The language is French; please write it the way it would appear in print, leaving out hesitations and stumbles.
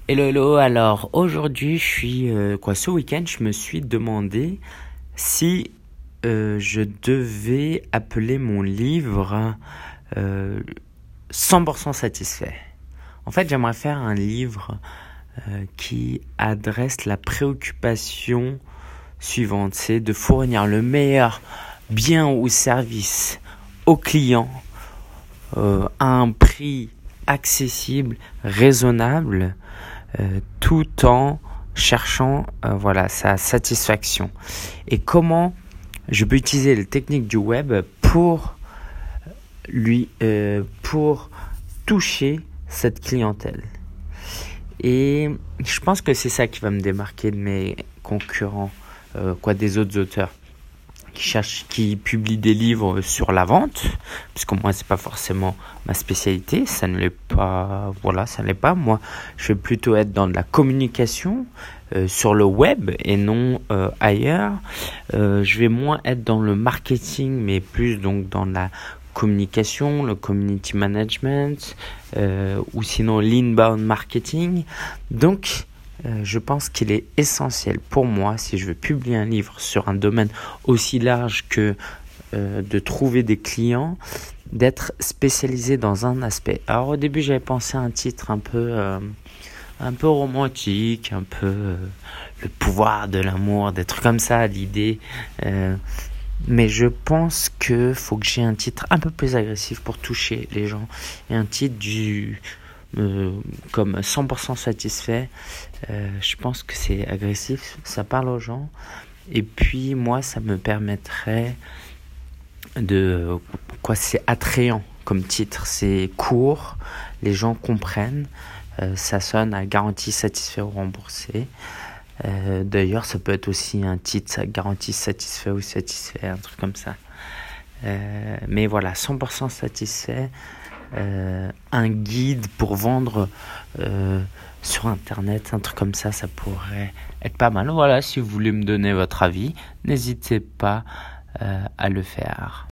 Hello, hello. Alors aujourd'hui, ce week-end, je me suis demandé si je devais appeler mon livre euh, 100% satisfait. En fait, j'aimerais faire un livre qui adresse la préoccupation suivante, c'est de fournir le meilleur bien ou service au client à un prix accessible, raisonnable, tout en cherchant sa satisfaction. Et comment je peux utiliser les techniques du web pour toucher cette clientèle. Et je pense que c'est ça qui va me démarquer de mes concurrents, des autres auteurs qui publient des livres sur la vente, parce que moi c'est pas forcément ma spécialité, ça ne l'est pas, ça ne l'est pas. Moi, je vais plutôt être dans de la communication sur le web et non ailleurs. Je vais moins être dans le marketing, mais plus donc dans la communication, le community management, ou sinon l'inbound marketing. Donc je pense qu'il est essentiel pour moi, si je veux publier un livre sur un domaine aussi large que de trouver des clients, d'être spécialisé dans un aspect. Alors au début, j'avais pensé à un titre un peu romantique, un peu le pouvoir de l'amour, des trucs comme ça, l'idée. Mais je pense que faut que j'ai un titre un peu plus agressif pour toucher les gens. Et un titre comme 100% satisfait, je pense que c'est agressif, ça parle aux gens. Et puis moi, ça me permettrait c'est attrayant comme titre, c'est court, les gens comprennent, ça sonne à garantie satisfait ou remboursé. D'ailleurs, ça peut être aussi un titre, ça garantie satisfait ou satisfait, un truc comme ça. Mais voilà, 100% satisfait, un guide pour vendre sur internet, un truc comme ça pourrait être pas mal. Voilà, si vous voulez me donner votre avis, n'hésitez pas à le faire.